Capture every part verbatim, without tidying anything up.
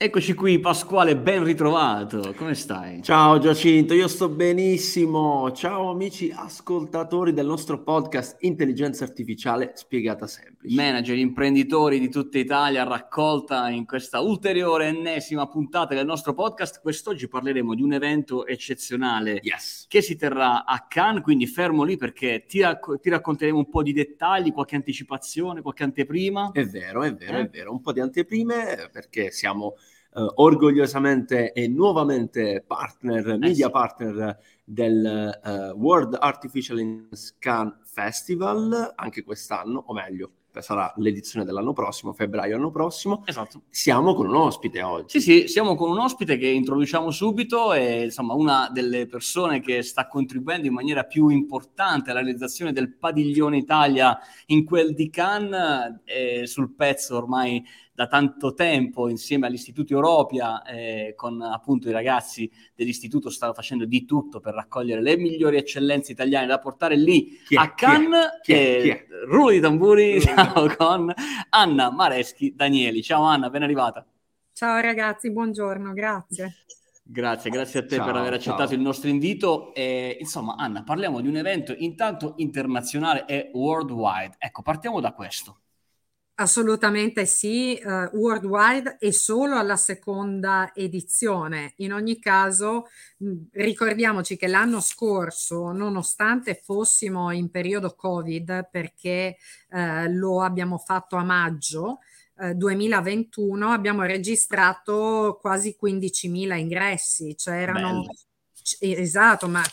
Eccoci qui, Pasquale, ben ritrovato. Come stai? Ciao Giacinto, io sto benissimo. Ciao amici ascoltatori del nostro podcast Intelligenza Artificiale Spiegata Semplice. Manager, imprenditori di tutta Italia, raccolta in questa ulteriore ennesima puntata del nostro podcast. Quest'oggi parleremo di un evento eccezionale Yes. che si terrà a Cannes, quindi fermo lì perché ti, racco- ti racconteremo un po' di dettagli, qualche anticipazione, qualche anteprima. È vero, è vero, Eh? è vero. Un po' di anteprime eh, perché siamo eh, orgogliosamente e nuovamente partner, Eh media sì. partner del eh, World Artificial in Cannes Festival, anche quest'anno, o meglio, sarà l'edizione dell'anno prossimo, febbraio anno prossimo. Esatto. Siamo con un ospite Sì, oggi. sì, siamo con un ospite che introduciamo subito e insomma una delle persone che sta contribuendo in maniera più importante alla realizzazione del padiglione Italia in quel di Cannes, eh, sul pezzo ormai da tanto tempo insieme all'Istituto Europea, eh, con appunto i ragazzi dell'istituto stanno facendo di tutto per raccogliere le migliori eccellenze italiane da portare lì Chi a è? Chi è? Cannes. Chi è? Chi E è? rullo di tamburi, siamo con Anna Mareschi Danieli. Ciao Anna, ben arrivata. Ciao ragazzi, buongiorno, grazie. Grazie, grazie a te per aver Ciao, accettato il ciao. nostro invito. E, insomma, Anna, parliamo di un evento intanto internazionale e worldwide. Ecco, partiamo da questo. Assolutamente sì, eh, worldwide e solo alla seconda edizione. In ogni caso, mh, ricordiamoci che l'anno scorso, nonostante fossimo in periodo Covid, perché eh, lo abbiamo fatto a maggio eh, duemilaventuno, abbiamo registrato quasi quindicimila ingressi, cioè erano Bello. c- esatto, ma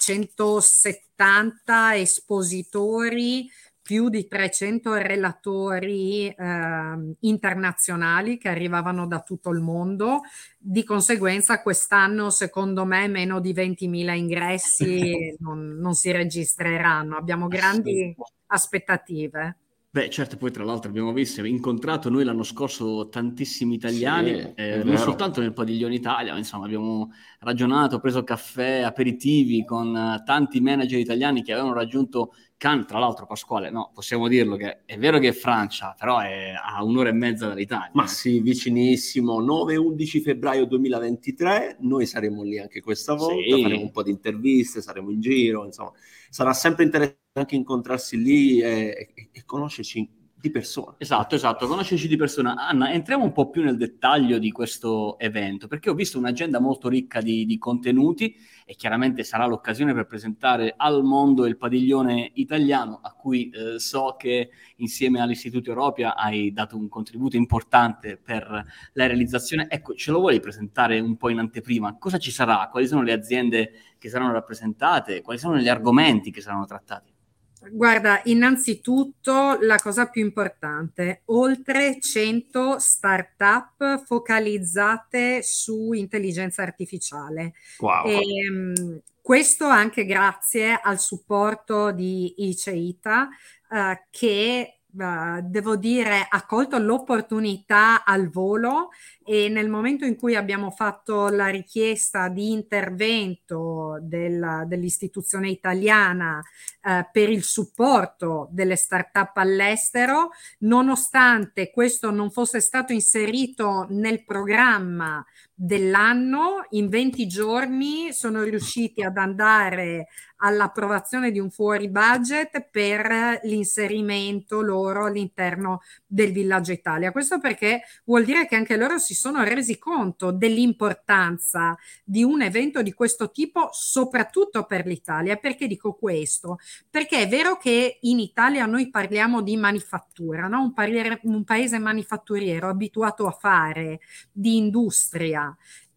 centosettanta espositori, più di trecento relatori eh, internazionali che arrivavano da tutto il mondo. Di conseguenza quest'anno, secondo me, meno di ventimila ingressi non, non si registreranno. Abbiamo grandi aspettative. Beh, certo, poi tra l'altro abbiamo visto, incontrato noi l'anno scorso tantissimi Sì, italiani, è eh, non vero. soltanto nel Padiglione Italia, ma insomma abbiamo ragionato, preso caffè, aperitivi con eh, tanti manager italiani che avevano raggiunto Cannes. Tra l'altro, Pasquale, no, possiamo dirlo che è vero che è Francia, però è a un'ora e mezza Ma dall'Italia. Eh. sì, vicinissimo, nove undici febbraio duemilaventitré, noi saremo lì anche questa volta, faremo un Sì. po' di interviste, saremo in giro, insomma, sarà sempre interessante anche incontrarsi lì e, e- e conoscerci di persona. Esatto, esatto, conoscerci di persona. Anna, entriamo un po' più nel dettaglio di questo evento, perché ho visto un'agenda molto ricca di, di contenuti e chiaramente sarà l'occasione per presentare al mondo il padiglione italiano, a cui eh, so che insieme all'Istituto Europea hai dato un contributo importante per la realizzazione. Ecco, ce lo vuoi presentare un po' in anteprima? Cosa ci sarà? Quali sono le aziende che saranno rappresentate? Quali sono gli argomenti che saranno trattati? Guarda, innanzitutto la cosa più importante, oltre cento start-up focalizzate su intelligenza artificiale. Wow. Ehm, questo anche grazie al supporto di ICEITA, eh, che eh, devo dire ha colto l'opportunità al volo e nel momento in cui abbiamo fatto la richiesta di intervento della- dell'istituzione italiana eh, per il supporto delle start-up all'estero, nonostante questo non fosse stato inserito nel programma dell'anno, in venti giorni sono riusciti ad andare all'approvazione di un fuori budget per l'inserimento loro all'interno del Villaggio Italia. Questo perché vuol dire che anche loro si sono resi conto dell'importanza di un evento di questo tipo, soprattutto per l'Italia. Perché dico questo? Perché è vero che in Italia noi parliamo di manifattura, no? Un, pariere, un paese manifatturiero abituato a fare di industria.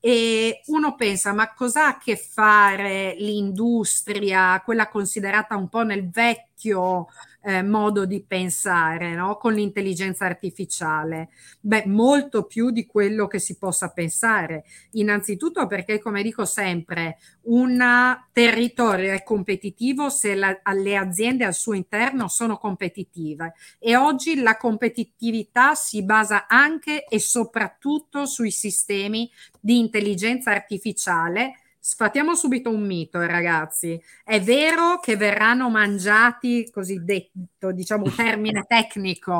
E uno pensa, ma cosa ha a che fare l'industria, quella considerata un po' nel vecchio eh, modo di pensare, no? Con l'intelligenza artificiale? Beh, molto più di quello che si possa pensare. Innanzitutto perché, come dico sempre, un territorio è competitivo se la, le aziende al suo interno sono competitive e oggi la competitività si basa anche e soprattutto sui sistemi di intelligenza artificiale. Sfatiamo subito un mito, ragazzi. È vero che verranno mangiati, cosiddetto, diciamo, termine tecnico,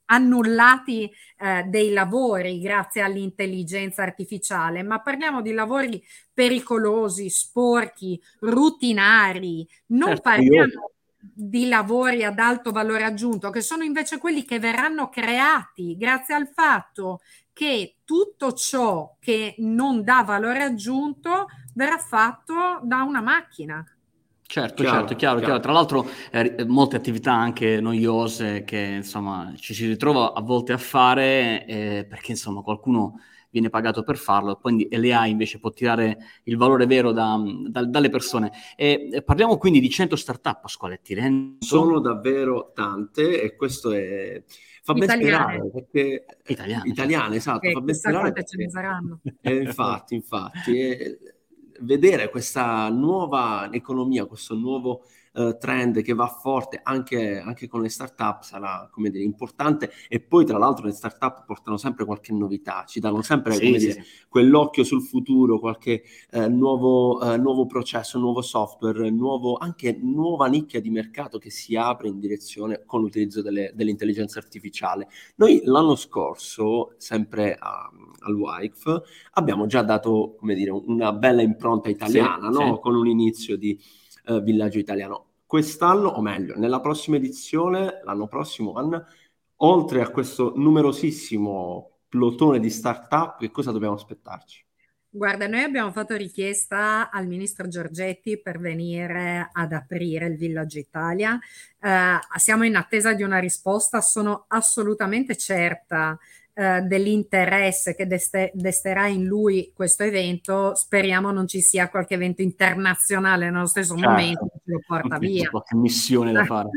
annullati eh, dei lavori grazie all'intelligenza artificiale, ma parliamo di lavori pericolosi, sporchi, rutinari, non Certo, parliamo di lavori ad alto valore aggiunto, che sono invece quelli che verranno creati grazie al fatto che tutto ciò che non dà valore aggiunto verrà fatto da una macchina. Certo, Chiaro, certo, chiaro, chiaro. chiaro. Tra l'altro eh, molte attività anche noiose che insomma ci si ritrova a volte a fare eh, perché insomma qualcuno viene pagato per farlo, quindi l'A I invece può tirare il valore vero da, da, dalle persone. E, e parliamo quindi di cento startup, Pasquale, ti rendi? Sono davvero tante e questo è... fa ben Italiane. sperare perché Italiane, italiane, certo. esatto, Eh, fa ben chissà sperare quante ce perché ne saranno. eh, infatti, infatti eh, vedere questa nuova economia, questo nuovo eh, trend che va forte anche, anche con le startup sarà, come dire, importante. E poi tra l'altro le startup portano sempre qualche novità, ci danno sempre, Sì, come sì, dire, sì. quell'occhio sul futuro, qualche eh, nuovo, eh, nuovo processo, nuovo software, nuovo, anche nuova nicchia di mercato che si apre in direzione con l'utilizzo delle, dell'intelligenza artificiale. Noi l'anno scorso, sempre a, al W I F, abbiamo già dato, come dire, una bella impronta italiana, Sì, no? sì. Con un inizio di eh, villaggio italiano. Quest'anno, o meglio, nella prossima edizione, l'anno prossimo, Anna, oltre a questo numerosissimo plotone di startup, che cosa dobbiamo aspettarci? Guarda, noi abbiamo fatto richiesta al ministro Giorgetti per venire ad aprire il Villaggio Italia. Eh, siamo in attesa di una risposta, sono assolutamente certa eh, dell'interesse che deste- desterà in lui questo evento. Speriamo non ci sia qualche evento internazionale nello stesso momento Certo. che ce lo porta Ok, c'è via. qualche missione da fare.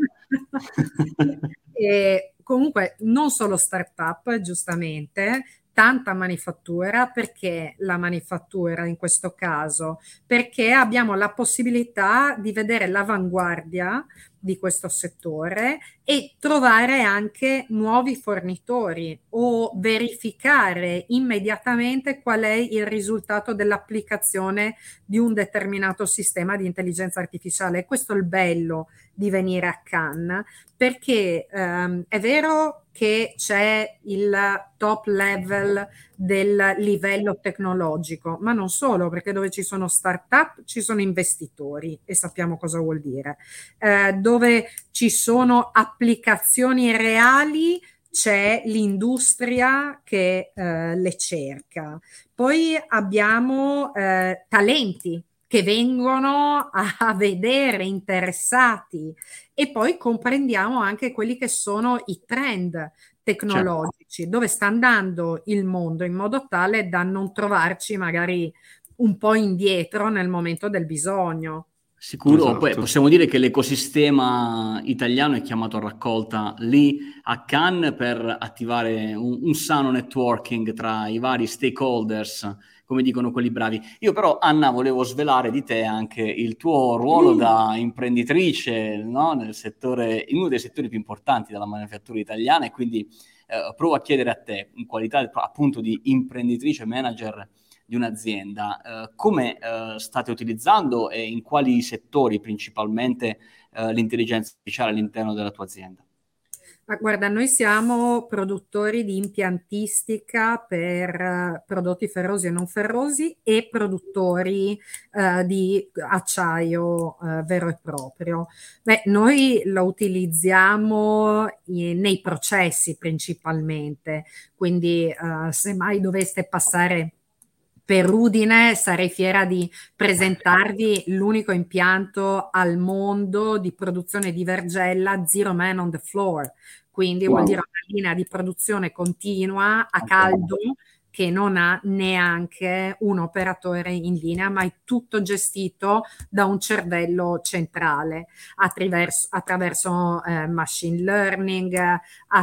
E comunque non solo startup, giustamente, tanta manifattura. Perché la manifattura in questo caso? Perché abbiamo la possibilità di vedere l'avanguardia di questo settore e trovare anche nuovi fornitori o verificare immediatamente qual è il risultato dell'applicazione di un determinato sistema di intelligenza artificiale. Questo è il bello di venire a Cannes, perché ehm, è vero che c'è il top level del livello tecnologico, ma non solo, perché dove ci sono start-up ci sono investitori e sappiamo cosa vuol dire. Eh, dove ci sono applicazioni reali c'è l'industria che eh, le cerca. Poi abbiamo eh, talenti che vengono a, a vedere, interessati, e poi comprendiamo anche quelli che sono i trend tecnologici, dove sta andando il mondo, in modo tale da non trovarci magari un po' indietro nel momento del bisogno. Sicuro, poi Esatto. possiamo dire che l'ecosistema italiano è chiamato a raccolta lì a Cannes per attivare un, un sano networking tra i vari stakeholders, come dicono quelli bravi. Io però, Anna, volevo svelare di te anche il tuo ruolo da imprenditrice, no? Nel settore, in uno dei settori più importanti della manifattura italiana, e quindi eh, provo a chiedere a te, in qualità appunto di imprenditrice manager di un'azienda, eh, come eh, state utilizzando e in quali settori principalmente eh, l'intelligenza artificiale all'interno della tua azienda? Ma guarda, noi siamo produttori di impiantistica per eh, prodotti ferrosi e non ferrosi e produttori eh, di acciaio eh, vero e proprio. Beh, noi lo utilizziamo i- nei processi principalmente, quindi eh, se mai doveste passare per Udine, sarei fiera di presentarvi l'unico impianto al mondo di produzione di vergella Zero Man on the Floor. Quindi vuol Wow. dire una linea di produzione continua a caldo che non ha neanche un operatore in linea, ma è tutto gestito da un cervello centrale attraverso, attraverso eh, machine learning,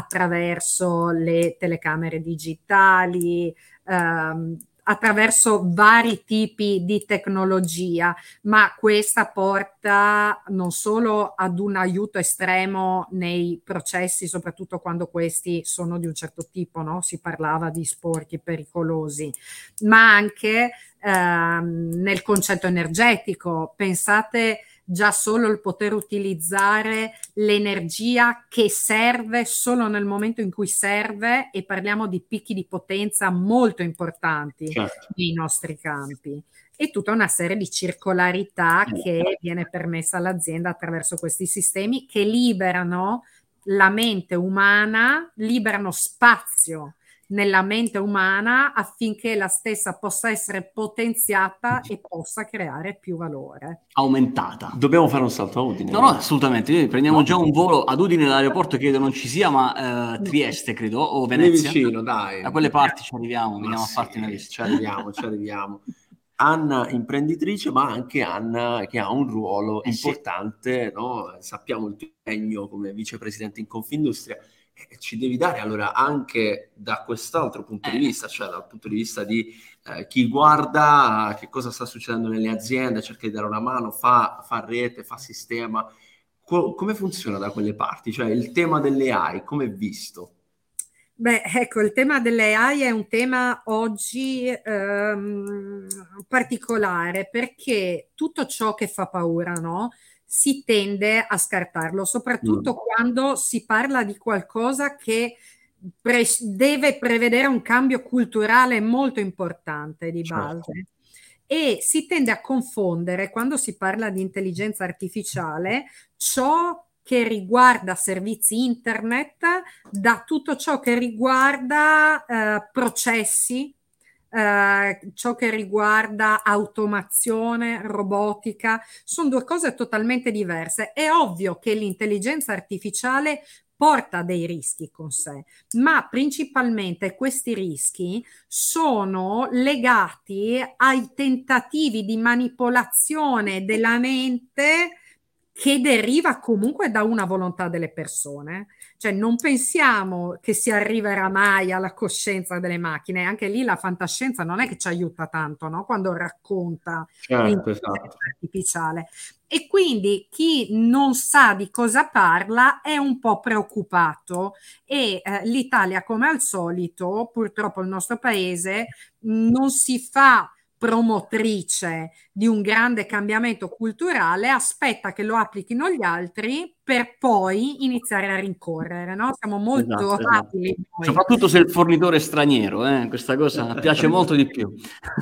attraverso le telecamere digitali, ehm, attraverso vari tipi di tecnologia, ma questa porta non solo ad un aiuto estremo nei processi, soprattutto quando questi sono di un certo tipo, no? Si parlava di sporchi pericolosi, ma anche ehm, nel concetto energetico. Pensate già solo il poter utilizzare l'energia che serve solo nel momento in cui serve, e parliamo di picchi di potenza molto importanti Certo. nei nostri campi, e tutta una serie di circolarità che viene permessa all'azienda attraverso questi sistemi che liberano la mente umana, liberano spazio nella mente umana affinché la stessa possa essere potenziata e possa creare più valore. Aumentata. Dobbiamo fare un salto a Udine. No, no, assolutamente. Noi prendiamo già un volo ad Udine, l'aeroporto credo non ci sia, ma eh, Trieste credo, o Venezia. Lì vicino, dai. Da quelle parti ci arriviamo, Ma veniamo sì, a farti una visita. Ci arriviamo, ci arriviamo. Anna imprenditrice, ma anche Anna che ha un ruolo Eh sì. importante, no? Sappiamo il tuo impegno come vicepresidente in Confindustria. Eh, ci devi dare allora anche da quest'altro punto di Eh. vista, cioè dal punto di vista di eh, chi guarda che cosa sta succedendo nelle aziende, cerca di dare una mano, fa, fa rete, fa sistema. Co- come funziona da quelle parti? Cioè il tema delle A I, come è visto? Beh, ecco, il tema delle A I è un tema oggi ehm, particolare, perché tutto ciò che fa paura, no? Si tende a scartarlo, soprattutto Mm. quando si parla di qualcosa che pre- deve prevedere un cambio culturale molto importante di Certo. base. E si tende a confondere, quando si parla di intelligenza artificiale, ciò che riguarda servizi internet da tutto ciò che riguarda eh, processi, eh, ciò che riguarda automazione, robotica. Sono due cose totalmente diverse. È ovvio che l'intelligenza artificiale porta dei rischi con sé, ma principalmente questi rischi sono legati ai tentativi di manipolazione della mente che deriva comunque da una volontà delle persone. Cioè non pensiamo che si arriverà mai alla coscienza delle macchine, anche lì la fantascienza non è che ci aiuta tanto, no? Quando racconta Certo, l'intelligenza esatto. artificiale. E quindi chi non sa di cosa parla è un po' preoccupato, e eh, l'Italia, come al solito, purtroppo il nostro paese non si fa promotrice di un grande cambiamento culturale, aspetta che lo applichino gli altri per poi iniziare a rincorrere, no? Siamo molto Esatto, esatto. abili noi. Soprattutto se il fornitore è straniero, eh? Questa cosa piace molto di più.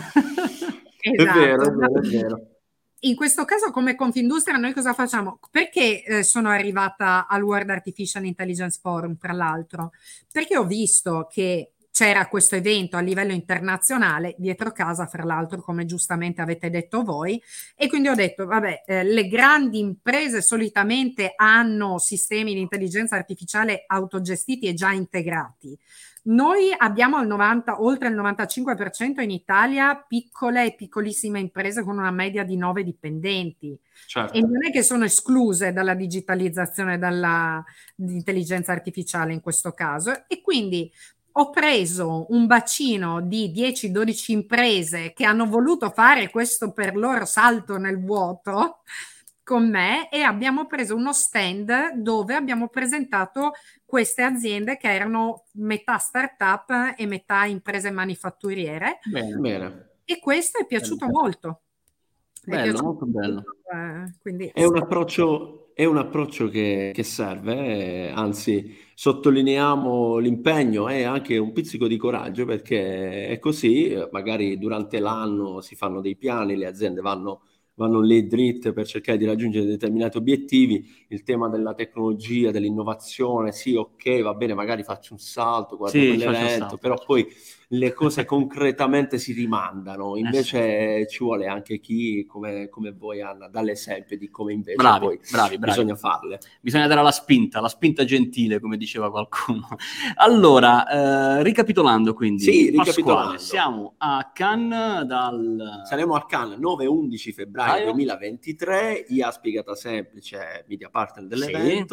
È vero, è Esatto. vero, è vero. In questo caso, come Confindustria, noi cosa facciamo? Perché eh, sono arrivata al World Artificial Intelligence Forum, tra l'altro? Perché ho visto che c'era questo evento a livello internazionale, dietro casa, fra l'altro, come giustamente avete detto voi, e quindi ho detto, vabbè, eh, le grandi imprese solitamente hanno sistemi di intelligenza artificiale autogestiti e già integrati. Noi abbiamo il novanta, oltre il novantacinque per cento in Italia piccole e piccolissime imprese con una media di nove dipendenti. Certo. E non è che sono escluse dalla digitalizzazione, dall'intelligenza artificiale in questo caso. E quindi ho preso un bacino di dieci dodici imprese che hanno voluto fare questo per loro salto nel vuoto con me, e abbiamo preso uno stand dove abbiamo presentato queste aziende che erano metà startup e metà imprese manifatturiere. Bene, bene. E questo è piaciuto bene. molto. È bello, piaciuto molto bello. molto, eh, quindi è, un approccio, è un approccio che, che serve, eh, anzi sottolineiamo l'impegno e anche un pizzico di coraggio, perché è così, magari durante l'anno si fanno dei piani, le aziende vanno vanno lì dritte per cercare di raggiungere determinati obiettivi. Il tema della tecnologia, dell'innovazione, sì, ok, va bene, magari faccio un salto, guardo sì, quell'evento, però poi le cose concretamente si rimandano. Invece eh sì. Ci vuole anche chi, come, come voi, Anna, dà l'esempio di come invece bravi, poi bravi, bravi. bisogna farle. Bisogna dare la spinta, la spinta gentile, come diceva qualcuno. Allora, eh, ricapitolando quindi, sì, ricapitolando. Pasquale, siamo a Cannes dal... Saremo a Cannes nove undici febbraio duemilaventitré, I A Spiegata Semplice, media partner dell'evento. Sì.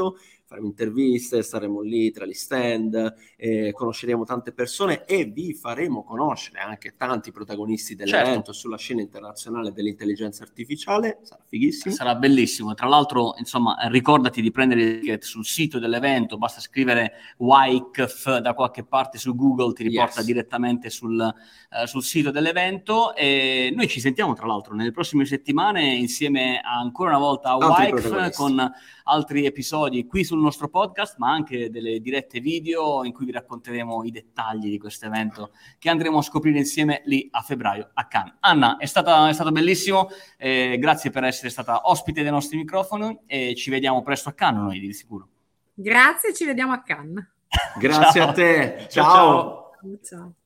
faremo interviste, staremo lì tra gli stand, eh, conosceremo tante persone e vi faremo conoscere anche tanti protagonisti dell'evento Certo. sulla scena internazionale dell'intelligenza artificiale. Sarà fighissimo. Sarà bellissimo. Tra l'altro, insomma, ricordati di prendere il ticket sul sito dell'evento, basta scrivere W I C F da qualche parte su Google, ti riporta Yes. direttamente sul, uh, sul sito dell'evento, e noi ci sentiamo tra l'altro nelle prossime settimane insieme a, ancora una volta a Altri W I C F protagonisti. con altri episodi qui sul nostro podcast, ma anche delle dirette video in cui vi racconteremo i dettagli di questo evento che andremo a scoprire insieme lì a febbraio a Cannes. Anna, è, stata, è stato bellissimo, eh, grazie per essere stata ospite dei nostri microfoni e ci vediamo presto a Cannes noi di sicuro. Grazie, ci vediamo a Cannes. Grazie Ciao. a te. Ciao, Ciao. ciao. Ciao.